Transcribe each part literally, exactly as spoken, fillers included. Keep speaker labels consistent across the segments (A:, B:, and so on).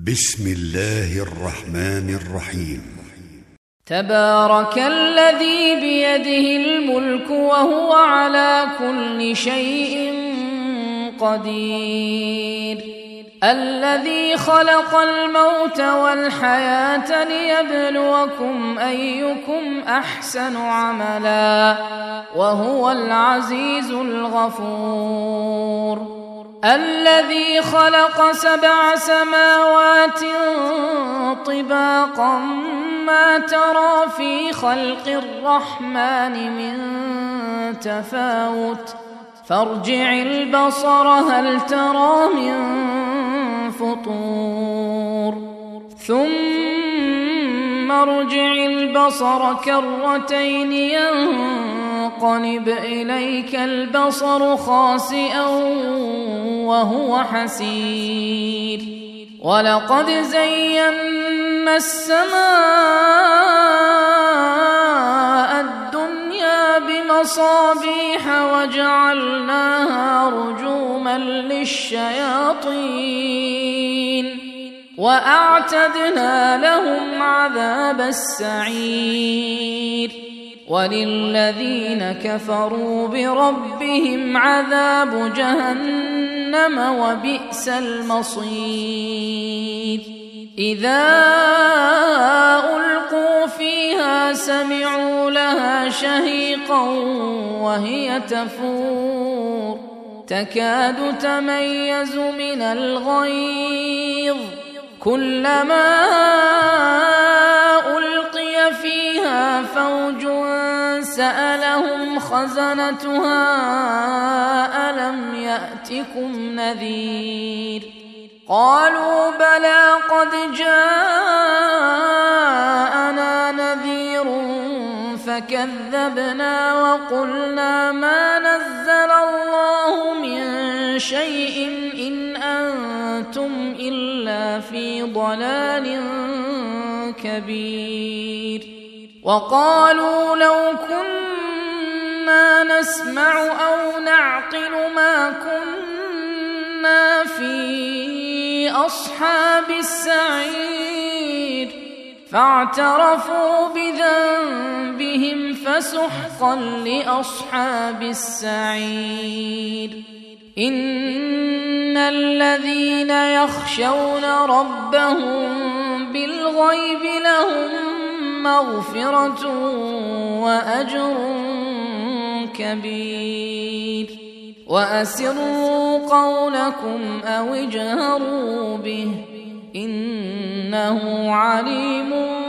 A: بسم الله الرحمن الرحيم.
B: تبارك الذي بيده الملك وهو على كل شيء قدير، الذي خلق الموت والحياة ليبلوكم أيكم أحسن عملا وهو العزيز الغفور، الذي خلق سبع سماوات طباقا ما ترى في خلق الرحمن من تفاوت فارجع البصر هل ترى من فطور ثم ارجع البصر كرتين ينقلب إليك البصر خاسئا وهو حسير، ولقد زينا السماء الدنيا بمصابيح وجعلناها رجوما للشياطين وأعتدنا لهم عذاب السعير، وللذين كفروا بربهم عذاب جهنم وبئس المصير. إذا ألقوا فيها سمعوا لها شهيقا وهي تفور تكاد تميز من الغيظ، كلما ألقي فيها فوج سألهم خزنتها ألم يأتكم نذير، قالوا بلى قد جاءنا نذير فكذبنا وقلنا ما نزل الله من شيء إن أنتم إلا في ضلال كبير، وقالوا لو كنا نسمع أو نعقل ما كنا في أصحاب السعير، فاعترفوا بذنبهم فسحقا لأصحاب السعير. إن الذين يخشون ربهم بالغيب لهم مغفرة وأجر كبير، وأسروا قولكم أو اجهروا به إنه عليم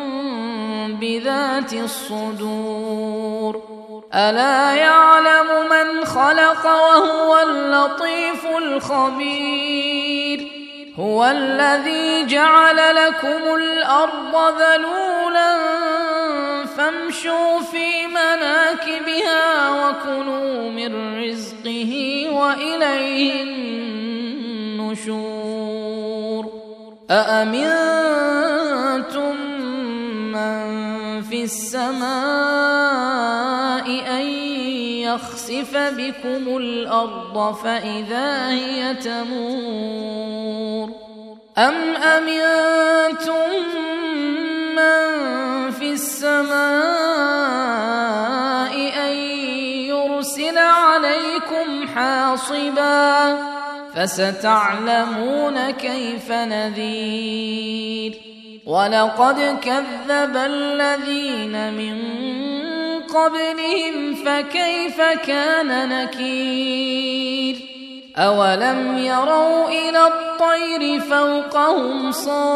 B: بذات الصدور، ألا يعلم من خلق وهو اللطيف الخبير، هو الذي جعل لكم الأرض ذلولا فامشوا في مناكبها وكلوا من رزقه وإليه النشور. أأمنتم من في السماء أن يخسف بكم الأرض فإذا هي تمور، أم أمنتم من في السماء أن يرسل عليكم حاصبا فستعلمون كيف نذير، ولقد كذب الذين من قبلهم فكيف كان نكير، أولم يروا إلى الطير فوقهم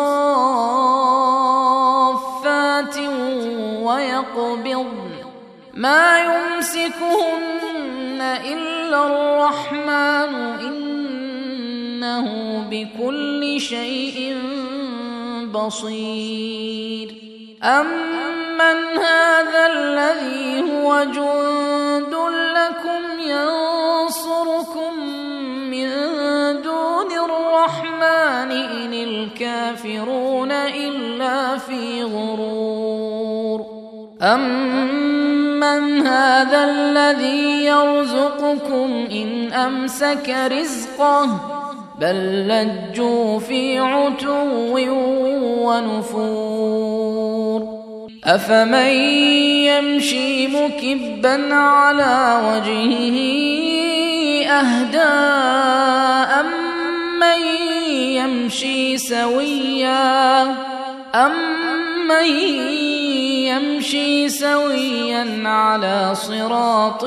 B: صافات ويقبضن ما يمسكهن إلا الرحمن إنه بكل شيء بصير. أمن هذا الذي هو جند لكم ينصركم من دون الرحمن إن الكافرون إلا في غرور، أمن هذا الذي يرزقكم إن أمسك رزقه بل لجوا في عتو ونفور أفمن يمشي مكبا على وجهه أهدى أمن يمشي سويا أمن يمشي سويا على صراط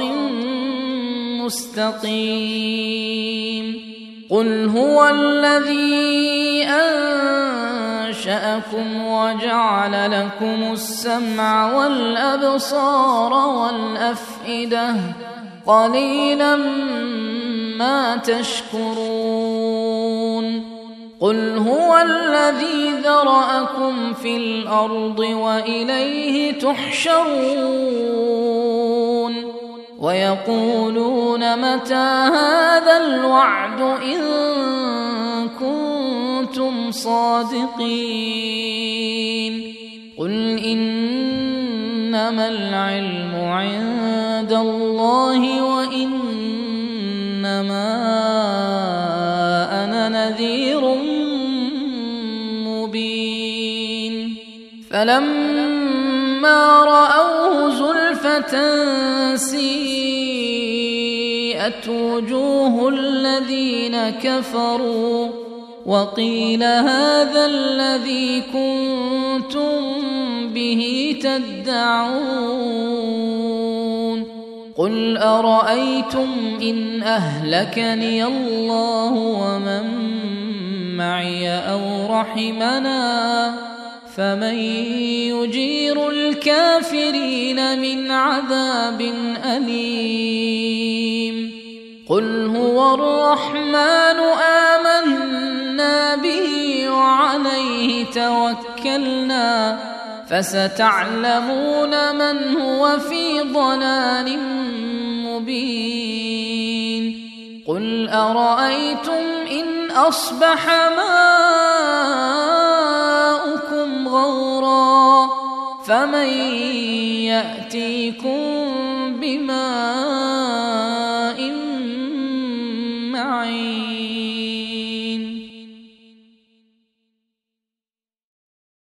B: مستقيم قل هو الذي أنشأكم وجعل لكم السمع والأبصار والأفئدة قليلا ما تشكرون قل هو الذي ذرأكم في الأرض وإليه تحشرون ويقولون متى هذا الوعد إن كنتم صادقين قل إنما العلم عند الله وإنما أنا نذير مبين فلما رأوه زلفة سيئت وجوه الذين كفروا وقيل هذا الذي كنتم به تدعون قل أرأيتم إن أهلكني الله ومن معي أو رحمنا فمن يجير الكافرين من عذاب أليم قل هو الرحمن آمنا به وعليه توكلنا فستعلمون من هو في ضلال مبين قل أرأيتم إن أصبح ماؤكم غورا فمن يأتيكم بماء